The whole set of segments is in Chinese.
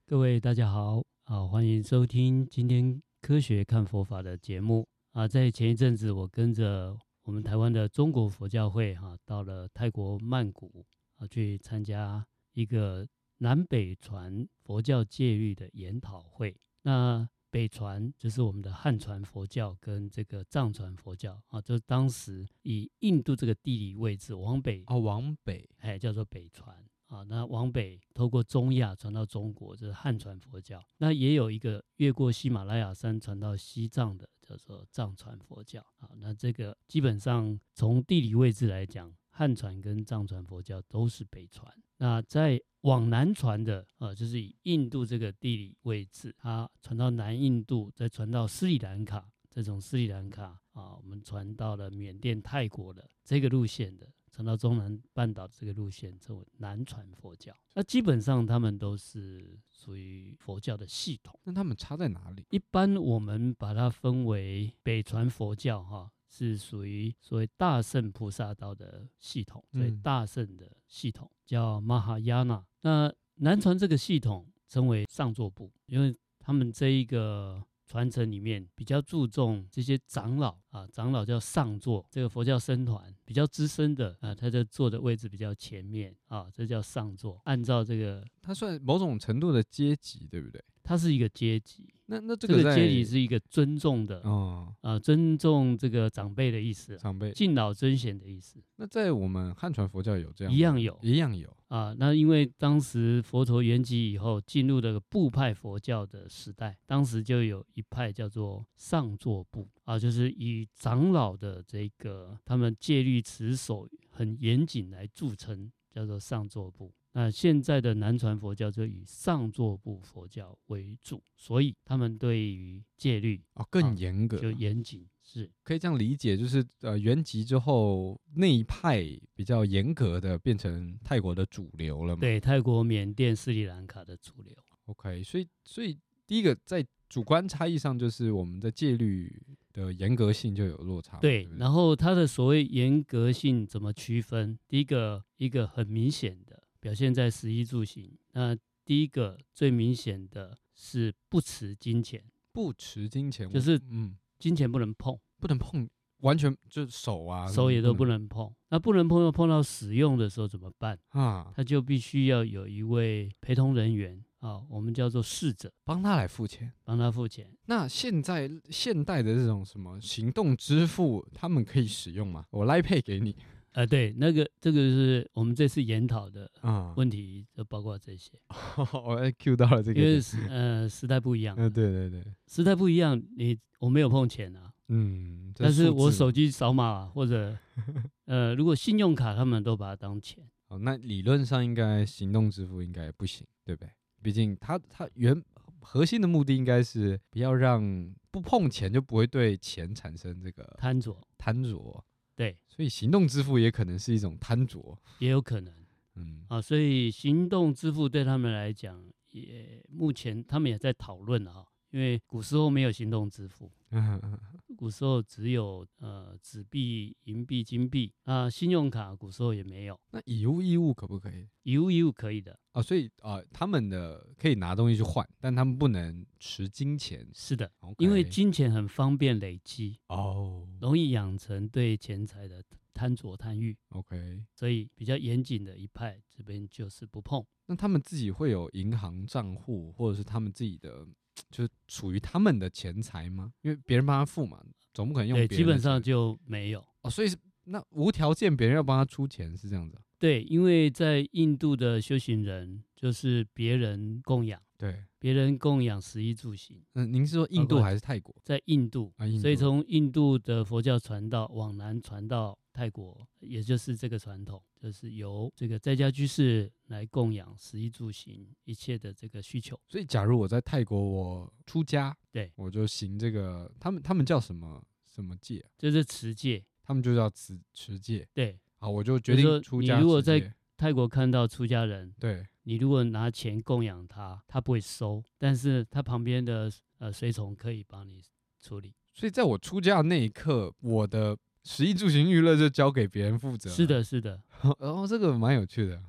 各位大家好，欢迎收听今天科学看佛法的节目在前一阵子，我跟着我们台湾的中国佛教会到了泰国曼谷去参加一个南北传佛教戒律的研讨会。那北传就是我们的汉传佛教跟这个藏传佛教就是当时以印度这个地理位置往北往北， 叫做北传。那往北透过中亚传到中国，这是汉传佛教。那也有一个越过喜马拉雅山传到西藏的，叫做藏传佛教。那这个基本上从地理位置来讲，汉传跟藏传佛教都是北传。那在往南传的就是以印度这个地理位置，它传到南印度，再传到斯里兰卡，这种斯里兰卡我们传到了缅甸、泰国的这个路线的，传到中南半岛这个路线称为南传佛教。那基本上他们都是属于佛教的系统。 那他们差在哪里？ 一般我们把它分为北传佛教是属于所谓大乘菩萨道的系统，所以大乘的系统叫玛哈亚纳。那南传这个系统称为上座部，因为他们这一个传承里面比较注重这些长老长老叫上座，这个佛教僧团比较资深的他就坐的位置比较前面这叫上座。按照这个， 它算某种程度的阶级，对不对？ 它是一个阶级。 那这个在阶级是一个尊重的尊重这个长辈的意思， 长辈敬老尊贤的意思。 那在我们汉传佛教有这样？ 一样有那因为当时佛陀圆寂以后，进入了部派佛教的时代，当时就有一派叫做上座部就是以长老的这个他们戒律持守很严谨来著称，叫做上座部。那现在的南传佛教就以上座部佛教为主，所以他们对于戒律更严格， 就严谨，是可以这样理解，就是圆寂之后那一派比较严格的变成泰国的主流了嘛？ 对，泰国、缅甸、斯里兰卡的主流。 OK， 所以第一个在主观差异上，就是我们的戒律的严格性就有落差。 对，然后它的所谓严格性怎么区分？第一个，一个很明显的表现在食衣住行。那第一个最明显的是不持金钱， 不持金钱就是金钱不能碰， 完全就是手也都不能碰。那不能碰，又碰到使用的时候怎么办他就必须要有一位陪同人员我们叫做侍者， 帮他来付钱， 那现代的这种什么行动支付，他们可以使用吗？我 Line Pay 给你对，这个是我们这次研讨的问题，就包括这些。 我 Q 到了这个， 因为时代不一样。 对， 时代不一样，我没有碰钱但是我手机扫码或者如果信用卡，他们都把它当钱。 那理论上应该行动支付应该不行，对不对？毕竟它核心的目的应该是不要让不碰钱就不会对钱产生这个贪着。 对， 所以行动支付也可能是一种贪着， 也有可能。所以行动支付对他们来讲，目前他们也在讨论因为古时候没有行动支付，古时候只有纸币、银币、金币信用卡古时候也没有。 那以物易物可不可以？ 以物易物可以的所以他们的可以拿东西去换，但他们不能持金钱。 是的因为金钱很方便累积容易养成对钱财的贪着贪欲。 OK， 所以比较严谨的一派这边就是不碰。 那他们自己会有银行账户，或者是他们自己的就是属于他们的钱财吗？因为别人帮他付嘛，总不可能用别人的钱。 对，基本上就没有所以那无条件别人要帮他出钱是这样子对，因为在印度的修行人就是别人供养， 对， 别人供养食衣住行。 您是说印度还是泰国？ 在印度所以从印度的佛教传到往南传到泰国，也就是这个传统，就是由这个在家居士来供养食衣住行一切的这个需求。 所以假如我在泰国我出家， 对， 我就行这个他们叫什么戒就是持戒， 他们就叫持戒。 对， 好，我就决定出家。 你如果在泰国看到出家人， 对， 你如果拿钱供养他，他不会收，但是他旁边的随从可以帮你处理。 所以在我出家的那一刻，我的食衣住行娱乐就交给别人负责。 是的，是的。 这个蛮有趣的。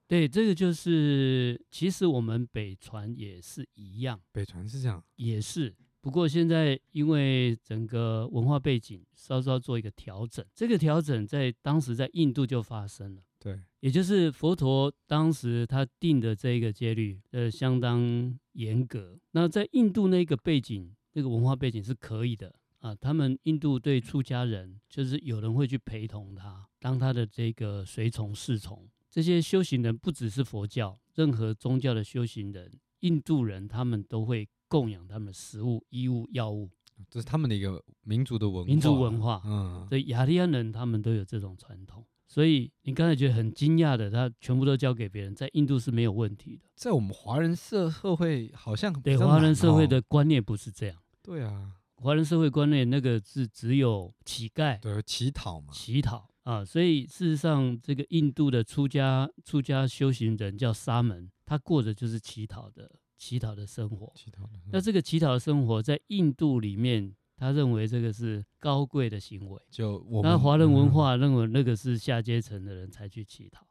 对，这个就是其实我们北传也是一样， 北传是这样， 也是。不过现在因为整个文化背景稍稍做一个调整，这个调整在当时在印度就发生了。 对， 也就是佛陀当时他定的这个戒律相当严格。那在印度那个背景，那个文化背景是可以的啊。他们印度对出家人，就是有人会去陪同他，当他的这个随从侍从。这些修行人不只是佛教，任何宗教的修行人，印度人他们都会供养他们的食物、衣物、药物， 这是他们的一个民族的文化。 民族文化，所以雅利安人他们都有这种传统。所以你刚才觉得很惊讶的，他全部都交给别人，在印度是没有问题的。 在我们华人社会好像对华人社会的观念不是这样。 对啊， 华人社会观念那个是只有乞丐， 对，乞讨嘛， 乞讨啊。所以事实上，这个印度的出家修行人叫沙门，他过的就是乞讨的生活。那这个乞讨的生活在印度里面，他认为这个是高贵的行为，那华人文化认为那个是下阶层的人才去乞讨。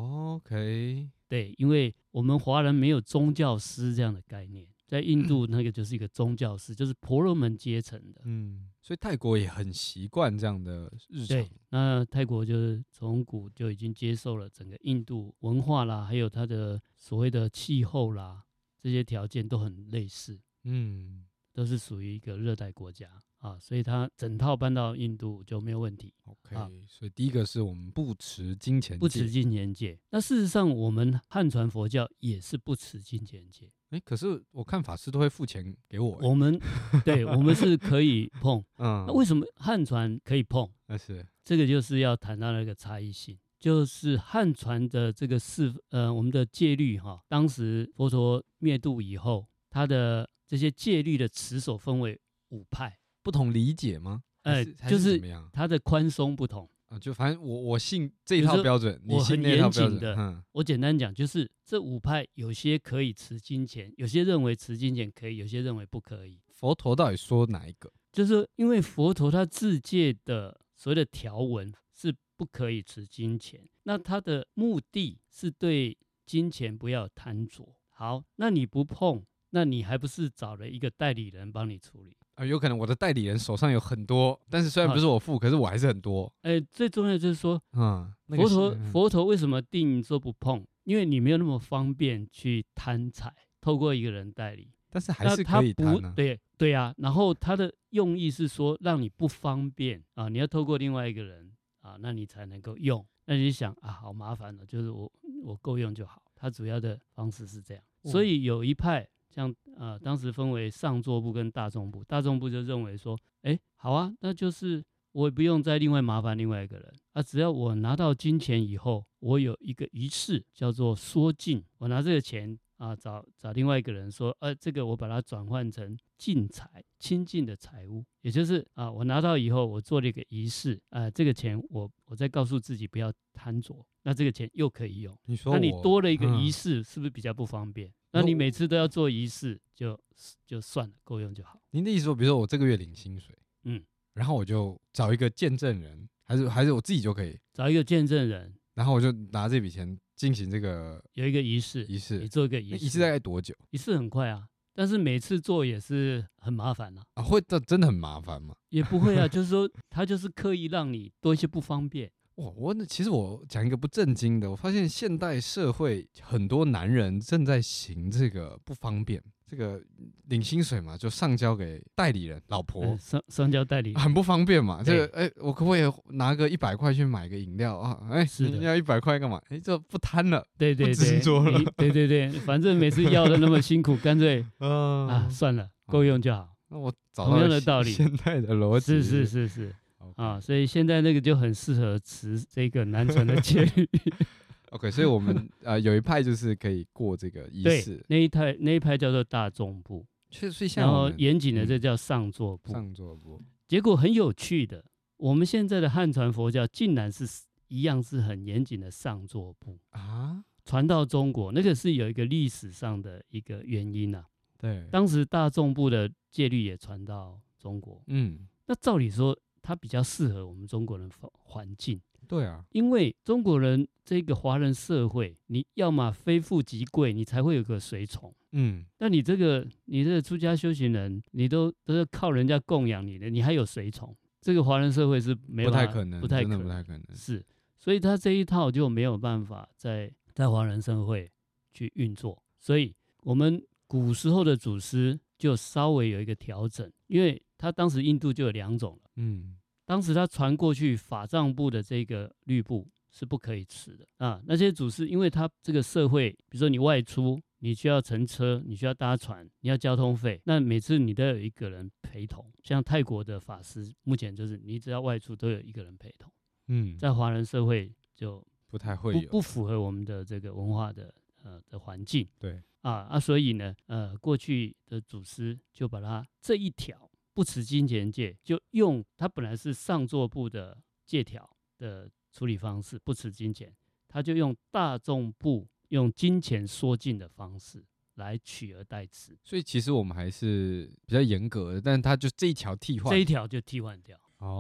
OK， 对，因为我们华人没有宗教师这样的概念，在印度那个就是一个宗教师，就是婆罗门阶层的。 所以泰国也很习惯这样的日常。 对，那泰国就是从古就已经接受了整个印度文化啦，还有它的所谓的气候啦，这些条件都很类似。都是属于一个热带国家啊，所以它整套搬到印度就没有问题。 OK，所以第一个是我们不持金钱戒， 不持金钱戒。那事实上，我们汉传佛教也是不持金钱戒。 可是我看法师都会付钱给我。 我们是可以碰。那为什么汉传可以碰？ 是这个就是要谈到那个差异性。就是汉传的这个我们的戒律当时佛陀灭度以后，他的这些戒律的持守分为5派， 不同理解吗？ 就是他的宽松不同就反正我信这一套标准，你信那套标准。 我简单讲，就是这5派有些可以持金钱，有些认为持金钱可以，有些认为不可以。 佛陀到底说哪一个？ 就是因为佛陀他自戒的所谓的条文是不可以持金钱，那他的目的是对金钱不要贪着。好，那你不碰，那你还不是找了一个代理人帮你处理？ 有可能我的代理人手上有很多，但是虽然不是我付，可是我还是很多。 最重要就是说，佛陀为什么定说不碰？因为你没有那么方便去贪财，透过一个人代理， 但是还是可以贪啊。 对啊，然后他的用意是说让你不方便啊，你要透过另外一个人啊，那你才能够用。那你想啊，好麻烦了，就是我够用就好。他主要的方式是这样，所以有一派像当时分为上座部跟大众部，大众部就认为说，好啊，那就是我也不用再另外麻烦另外一个人啊，只要我拿到金钱以后，我有一个仪式叫做缩尽，我拿这个钱啊，找另外一个人说，这个我把它转换成净财，清净的财物，也就是我拿到以后，我做了一个仪式，这个钱我再告诉自己不要贪着，那这个钱又可以用。那你多了一个仪式，是不是比较不方便？那你每次都要做仪式，就算了，够用就好。 您的意思说，比如说我这个月领薪水，然后我就找一个见证人，还是我自己就可以找一个见证人， 然后我就拿这笔钱进行这个有一个仪式，你做一个仪式， 仪式大概多久？ 仪式很快啊，但是每次做也是很麻烦啊。 会真的很麻烦吗？ 也不会啊，就是说他就是刻意让你多一些不方便。 其实我讲一个不正经的，我发现现代社会很多男人正在行这个不方便，这个领薪水嘛，就上交给代理人老婆， 上交代理人很不方便嘛。这个我可不可以拿个100块去买个饮料啊？你要100块干嘛？这不贪了， 对， 不执着了， 对，反正每次要的那么辛苦，干脆算了，够用就好。 那我找到同样的道理， 现代的逻辑是。所以现在那个就很适合持这个南传的戒律。 OK， 所以我们有一派就是可以过这个仪式， 对，那一派叫做大众部，然后严谨的这叫上座部。结果很有趣的，我们现在的汉传佛教竟然是一样是很严谨的上座部啊，传到中国那个是有一个历史上的一个原因啊。 对， 当时大众部的戒律也传到中国，那照理说它比较适合我们中国人环境， 对啊，因为中国人这个华人社会，你要么非富即贵，你才会有个随从。但你这个出家修行人，你都是靠人家供养你的，你还有随从，这个华人社会是没办法， 不太可能，真的不太可能。 是，所以他这一套就没有办法在华人社会去运作。所以我们古时候的祖师就稍微有一个调整，因为他当时印度就有2种了。当时他传过去法藏部的这个律部是不可以吃的啊。那些祖师，因为他这个社会，比如说你外出，你需要乘车，你需要搭船，你要交通费，那每次你都有一个人陪同。像泰国的法师，目前就是你只要外出都有一个人陪同。在华人社会就不太会有， 不符合我们的这个文化的环境。 对所以呢，过去的祖师就把它这一条不持金钱戒，就用他本来是上座部的戒条的处理方式，不持金钱，他就用大众部用金钱缩进的方式来取而代之。 所以其实我们还是比较严格的，但他就这一条替换， 这一条就替换掉。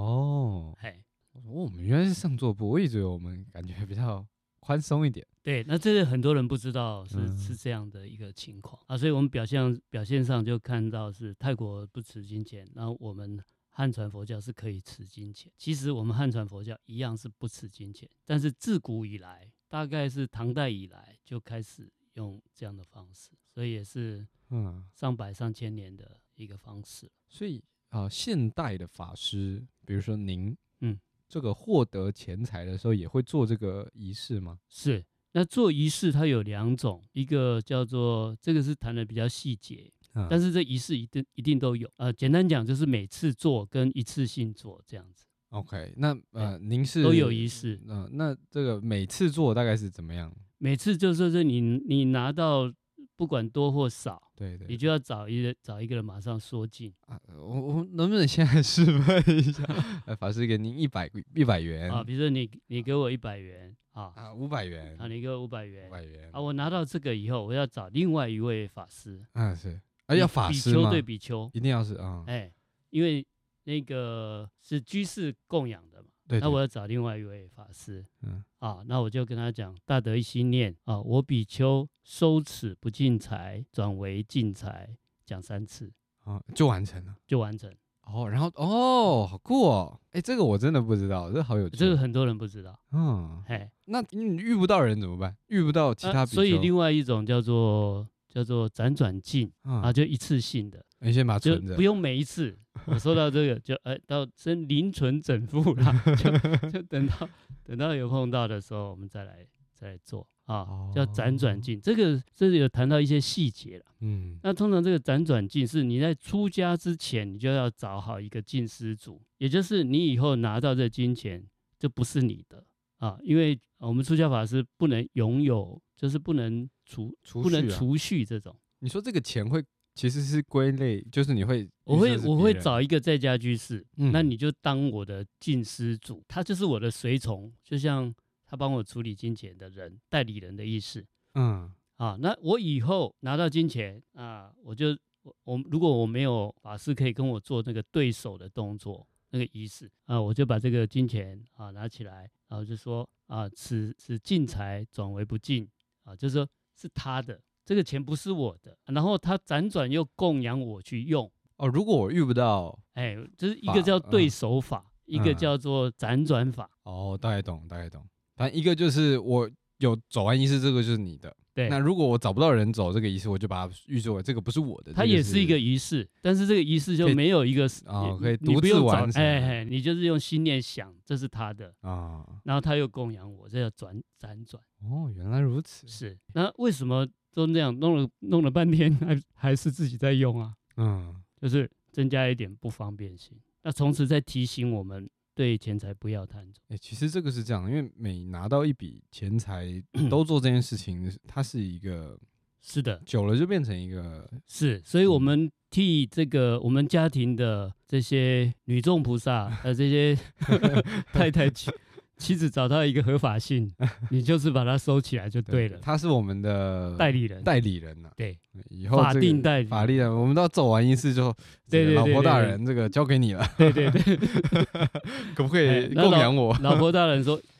我们原来是上座部，我一直以为我们感觉比较宽松一点。 对，那这个很多人不知道是这样的一个情况啊，所以我们表现上就看到是泰国不持金钱，然后我们汉传佛教是可以持金钱。其实我们汉传佛教一样是不持金钱，但是自古以来，大概是唐代以来就开始用这样的方式，所以也是上百上千年的一个方式。 所以现代的法师，比如说您，这个获得钱财的时候也会做这个仪式吗？ 是。那做仪式它有2种，一个叫做这个是谈的比较细节，但是这仪式一定都有。简单讲就是每次做跟一次性做这样子。 OK， 那您是都有仪式。 那这个每次做大概是怎么样？ 每次就是你拿到不管多或少， 对， 你就要找一个人马上缩进。 我能不能现在示范一下？法师给您100元比如说你给我100元。 500元你给我500元 ，500元我拿到这个以后，我要找另外一位法师。 是要法师吗？ 比丘对比丘， 一定要是因为那个是居士供养的嘛。 对， 那我要找另外一位法师。那我就跟他讲，大德一心念我比丘收此不尽财，转为尽财，讲3次就完成了，然后好酷哦！这个我真的不知道，这好有趣， 这个很多人不知道。 那你遇不到人怎么办？遇不到其他比丘， 所以另外一种叫做辗转进就一次性的， 你先把它存着， 不用每一次。我收到这个就到生零存整付了，就等到有碰到的时候，我们再来做叫辗转进。这有谈到一些细节了。那通常这个辗转进是你在出家之前，你就要找好一个进施主，也就是你以后拿到这金钱就不是你的因为我们出家法师不能拥有，就是不能储蓄这种。 你说这个钱会其实是归类，就是我会找一个在家居士，那你就当我的进施主，他就是我的随从，就像他帮我处理金钱的人，代理人的意思。那我以后拿到金钱如果我没有法师可以跟我做那个对手的动作，那个仪式我就把这个金钱拿起来，然后就说此进财转为不进就是说是他的。这个钱不是我的，然后他辗转又供养我去用。 如果我遇不到， 就是一个叫对手法，一个叫做辗转法。 大概懂。反正一个就是我有走完仪式，这个就是你的。 对。 那如果我找不到人走这个仪式，我就把它预作为这个不是我的。 它也是一个仪式，但是这个仪式就没有一个可以独自完成。 你就是用心念想这是他的然后他又供养我，这叫辗转。 原来如此。 是。那为什么都那样弄了半天还是自己在用就是增加一点不方便性。那从此再提醒我们对钱财不要贪着。 其实这个是这样，因为每拿到一笔钱财都做这件事情，它是一个是的， 久了就变成一个是。所以我们替这个我们家庭的这些女众菩萨这些太太妻子找到一个合法性，你就是把它收起来就对了。 他是我们的代理人对， 以后法定代理法律人，我们都要走完仪式就，对，老婆大人这个交给你了。 对， 可不可以供养我？ 老婆大人说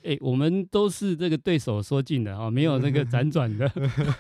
我们都是这个对手说尽的啊，没有那个辗转的，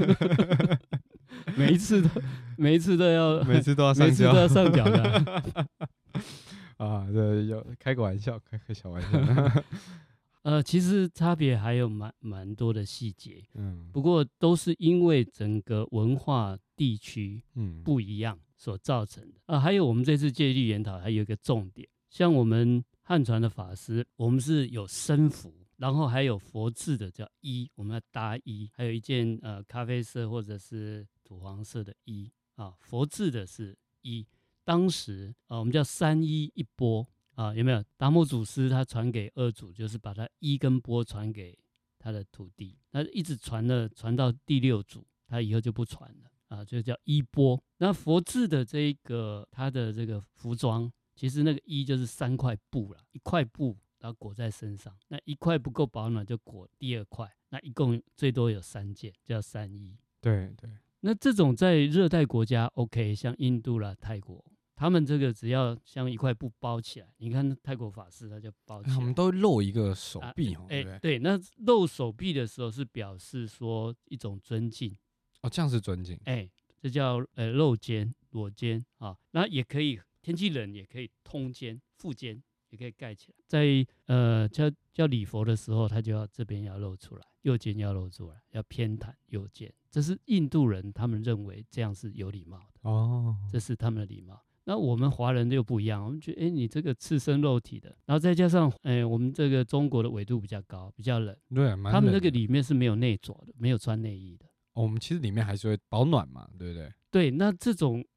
每一次都要上脚的啊，对，有开个玩笑，开个小玩笑。 其实差别还有蛮多的细节，不过都是因为整个文化地区不一样所造成的。还有我们这次戒律研讨还有一个重点，像我们汉传的法师，我们是有僧服，然后还有佛制的叫衣，我们要搭衣，还有一件咖啡色或者是土黄色的衣啊，佛制的是衣。当时我们叫三衣一钵啊，有没有？达摩祖师他传给二祖，就是把他衣跟钵传给他的徒弟，那一直传到第六祖，他以后就不传了啊，就叫衣钵。那佛制的这个他的这个服装，其实那个衣就是3块布啦，一块布然后裹在身上，那一块不够保暖就裹第2块，那一共最多有3件，叫三衣。 对对。 那这种在热带国家 OK， 像印度啦、泰国，他们这个只要像一块布包起来，你看泰国法师他就包起来， 他们都露一个手臂， 对，那露手臂的时候是表示说一种尊敬， 这样是尊敬， 这叫露肩、裸肩啊，那也可以天气冷也可以通肩、腹肩也可以盖起来，在叫礼佛的时候，他就要这边要露出来，右肩要露出来，要偏袒右肩，这是印度人他们认为这样是有礼貌的这是他们的礼貌。那我们华人又不一样，我们觉得你这个赤身肉体的，然后再加上我们这个中国的纬度比较高，比较冷， 对， 他们那个里面是没有内着的，没有穿内衣的。 我们其实里面还是会保暖嘛，对不对？ 对，那这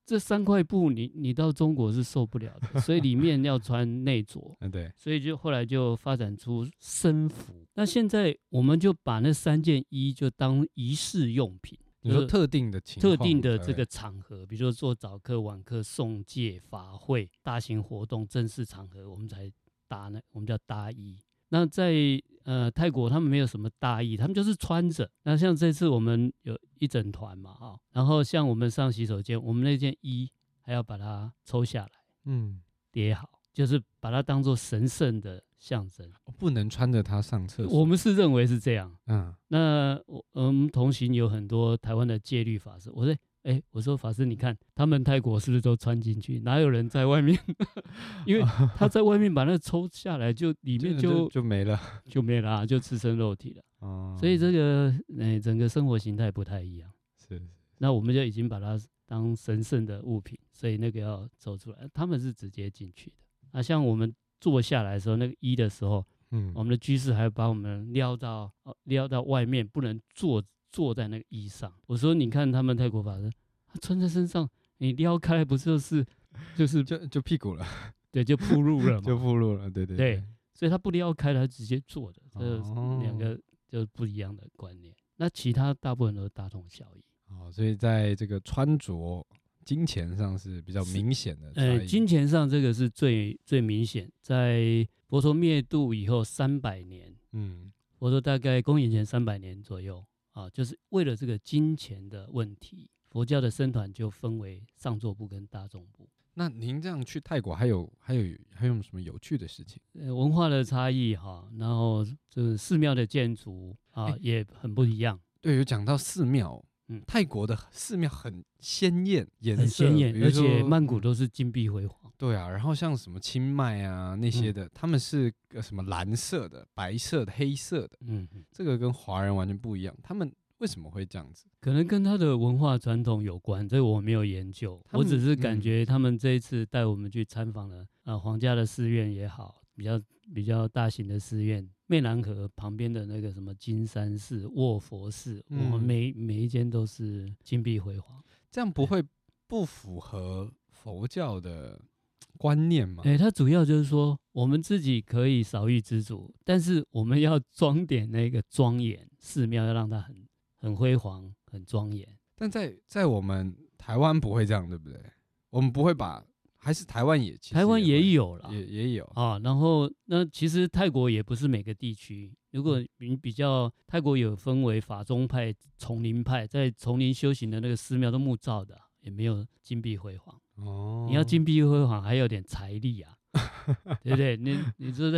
3块布你到中国是受不了的，所以里面要穿内着。 对， 所以后来就发展出僧服。那现在我们就把那3件衣就当仪式用品。 你说特定的情况， 特定的这个场合，比如说做早课、晚课、诵戒、法会、大型活动、正式场合，我们才搭我们叫搭衣。那在泰国他们没有什么大衣，他们就是穿着。那像这次我们有一整团嘛，然后像我们上洗手间，我们那件衣还要把它抽下来，叠好，就是把它当作神圣的象征， 不能穿着它上厕所。 我们是认为是这样。那我们同行有很多台湾的戒律法师，我说法师，你看他们泰国是不是都穿进去？哪有人在外面？因为他在外面把那抽下来，就里面就没了， 就没了，就赤身肉体了。所以这个整个生活形态不太一样。 是。 那我们就已经把它当神圣的物品，所以那个要抽出来。他们是直接进去的。像我们坐下来的时候，那个衣的时候，我们的居士还把我们撩到外面，不能坐在那个衣上。我说你看他们泰国法师，他穿在身上，你撩开不就是就屁股了？ 对，就暴露了嘛。 就暴露了，对。 所以他不撩开了，他直接坐的，这2个就不一样的观念。那其他大部分都是大同小异。 所以在这个穿着、金钱上是比较明显的差异。 金钱上这个是最明显，在佛陀灭度以后300年，佛陀大概公元前300年左右就是为了这个金钱的问题，佛教的僧团就分为上座部跟大众部。 那您这样去泰国还有什么有趣的事情？ 文化的差异然后这个寺庙的建筑也很不一样。 对，有讲到寺庙。泰国的寺庙很鲜艳， 很鲜艳，而且曼谷都是金碧辉煌。 对啊，然后像什么清迈啊那些的，他们是什么蓝色的、白色的、黑色的，这个跟华人完全不一样。他们为什么会这样子？ 可能跟他的文化传统有关，这个我没有研究，我只是感觉他们这一次带我们去参访了皇家的寺院也好，比较大型的寺院。湄南河旁边的那个什么金山寺、卧佛寺，我们每一间都是金碧辉煌。 这样不会不符合佛教的观念吗？ 它主要就是说，我们自己可以少欲知足，但是我们要装点那个庄严，寺庙要让它很辉煌、很庄严。 但在我们台湾不会这样，对不对？我们不会把。还是台湾也有啦， 也有然后那其实泰国也不是每个地区，如果你比较泰国有分为法宗派、丛林派，在丛林修行的那个寺庙都木造的，也没有金碧辉煌。你要金碧辉煌，还有点财力对不对？你说在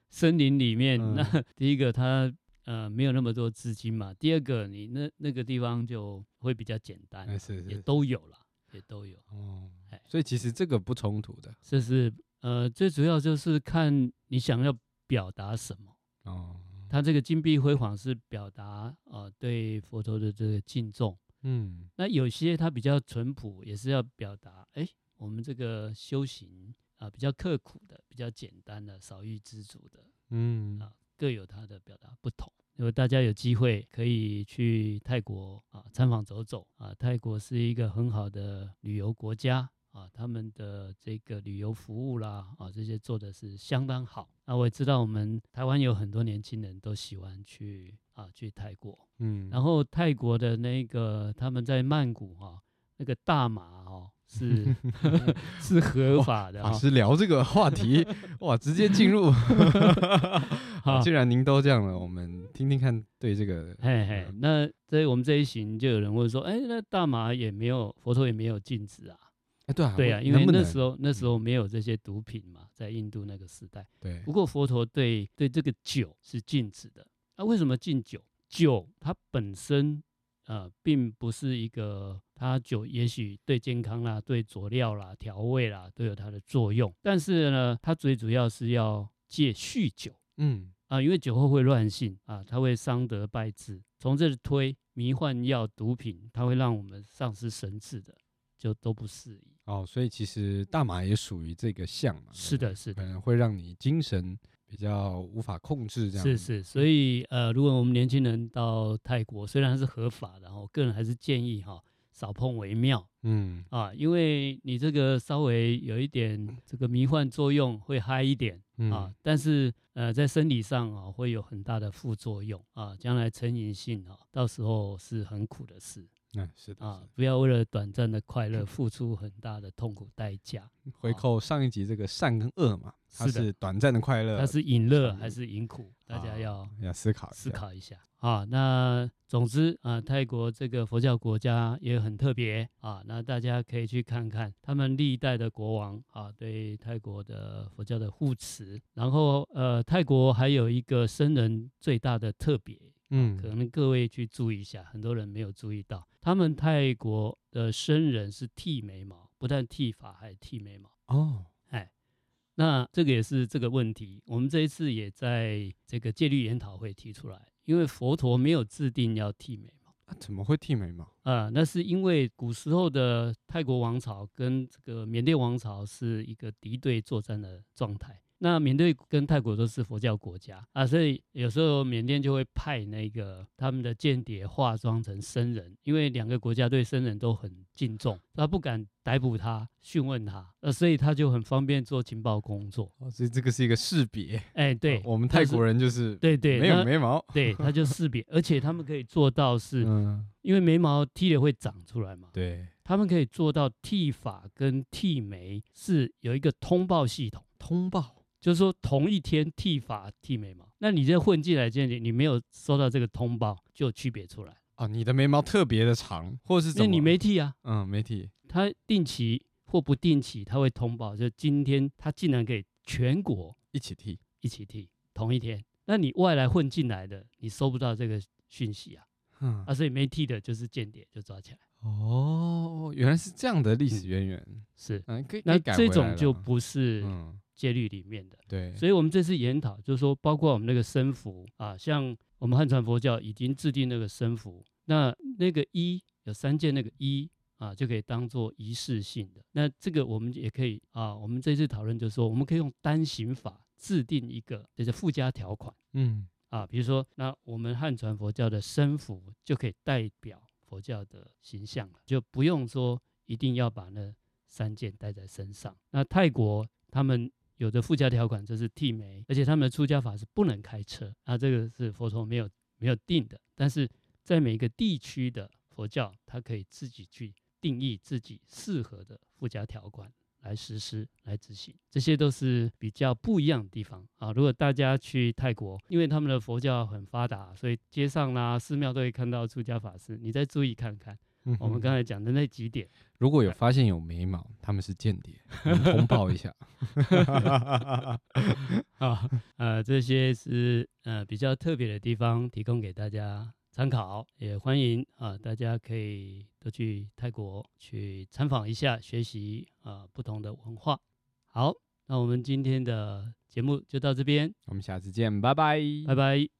森林里面，那第一个它没有那么多资金嘛，第二个你那个地方就会比较简单，也都有啦，也都有。 所以其实这个不冲突的。 这是最主要就是看你想要表达什么。它这个金碧辉煌是表达对佛陀的这个敬重。那有些它比较淳朴，也是要表达我们这个修行比较刻苦的，比较简单的，少欲知足的。各有它的表达不同。如果大家有机会可以去泰国参访走走泰国是一个很好的旅游国家他们的这个旅游服务啦这些做的是相当好。我也知道我们台湾有很多年轻人都喜欢去泰国。然后泰国的那个他们在曼谷那个大麻是是合法的。 法师聊这个话题，哇，直接进入。既然您都这样了，我们听听看。对这个， 那在我们这一行就有人问说，那大麻也没有，佛陀也没有禁止啊。对啊，因为那时候没有这些毒品嘛，在印度那个时代。 对。 不过佛陀对这个酒是禁止的。为什么禁酒？酒它本身并不是一个，它酒也许对健康啦、对佐料啦、调味啦都有它的作用，但是呢，它最主要是要戒酗酒。因为酒后会乱性它会伤德败智。从这里推迷幻药、毒品，它会让我们丧失神智的，就都不适宜。 所以其实大麻也属于这个项嘛。 是的，是的， 可能会让你精神比较无法控制这样。 是，所以如果我们年轻人到泰国，虽然是合法的，我个人还是建议少碰为妙。因为你这个稍微有一点这个迷幻作用，会嗨一点但是在生理上会有很大的副作用将来成瘾性到时候是很苦的事。 是的不要为了短暂的快乐付出很大的痛苦代价。 回扣上一集这个善跟恶嘛，它是短暂的快乐， 它是饮乐还是饮苦，大家要思考一下那总之泰国这个佛教国家也很特别那大家可以去看看他们历代的国王对泰国的佛教的护持。然后泰国还有一个僧人最大的特别可能各位去注意一下，很多人没有注意到，他们泰国的僧人是剃眉毛，不但剃发还剃眉毛。那这个也是这个问题，我们这一次也在这个戒律研讨会提出来，因为佛陀没有制定要剃眉毛。 怎么会剃眉毛？ 那是因为古时候的泰国王朝跟这个缅甸王朝是一个敌对作战的状态。那缅甸跟泰国都是佛教国家所以有时候缅甸就会派那个他们的间谍化妆成僧人，因为两个国家对僧人都很敬重，他不敢逮捕他、讯问他所以他就很方便做情报工作所以这个是一个识别。 对， 我们泰国人就是对没有眉毛， 对，他就识别，而且他们可以做到是因为眉毛剃了会长出来嘛， 对， 他们可以做到剃发跟剃眉是有一个通报系统。 通报就是说同一天剃发剃眉毛，那你这混进来你没有收到这个通报，就有区别出来你的眉毛特别的长，或是怎么？ 因为你没剃没剃， 他定期或不定期他会通报，就今天他竟然可以全国一起剃同一天，那你外来混进来的你收不到这个讯息所以没剃的就是间谍，就抓起来。 原来是这样的历史渊源。 是那这种就不是戒律里面的。 对， 所以我们这次研讨就是说，包括我们那个僧服像我们汉传佛教已经制定那个僧服，那个衣有3件，那个衣就可以当做仪式性的。那这个我们也可以我们这次讨论就是说，我们可以用单行法制定一个就是附加条款。比如说，那我们汉传佛教的僧服就可以代表佛教的形象了，就不用说一定要把那3件带在身上。那泰国他们有的附加条款就是剃眉，而且他们的出家法是不能开车这个是佛陀没有定的，但是在每个地区的佛教，它可以自己去定义自己适合的附加条款来实施来执行，这些都是比较不一样的地方如果大家去泰国，因为他们的佛教很发达，所以街上啦、寺庙都会看到出家法师，你再注意看看我们刚才讲的那几点。 如果有发现有眉毛， 他们是间谍，我们通报一下。 好，这些是比较特别的地方，提供给大家参考，也欢迎大家可以都去泰国去参访一下，学习不同的文化。好，那我们今天的节目就到这边， 我们下次见，拜拜， 拜拜。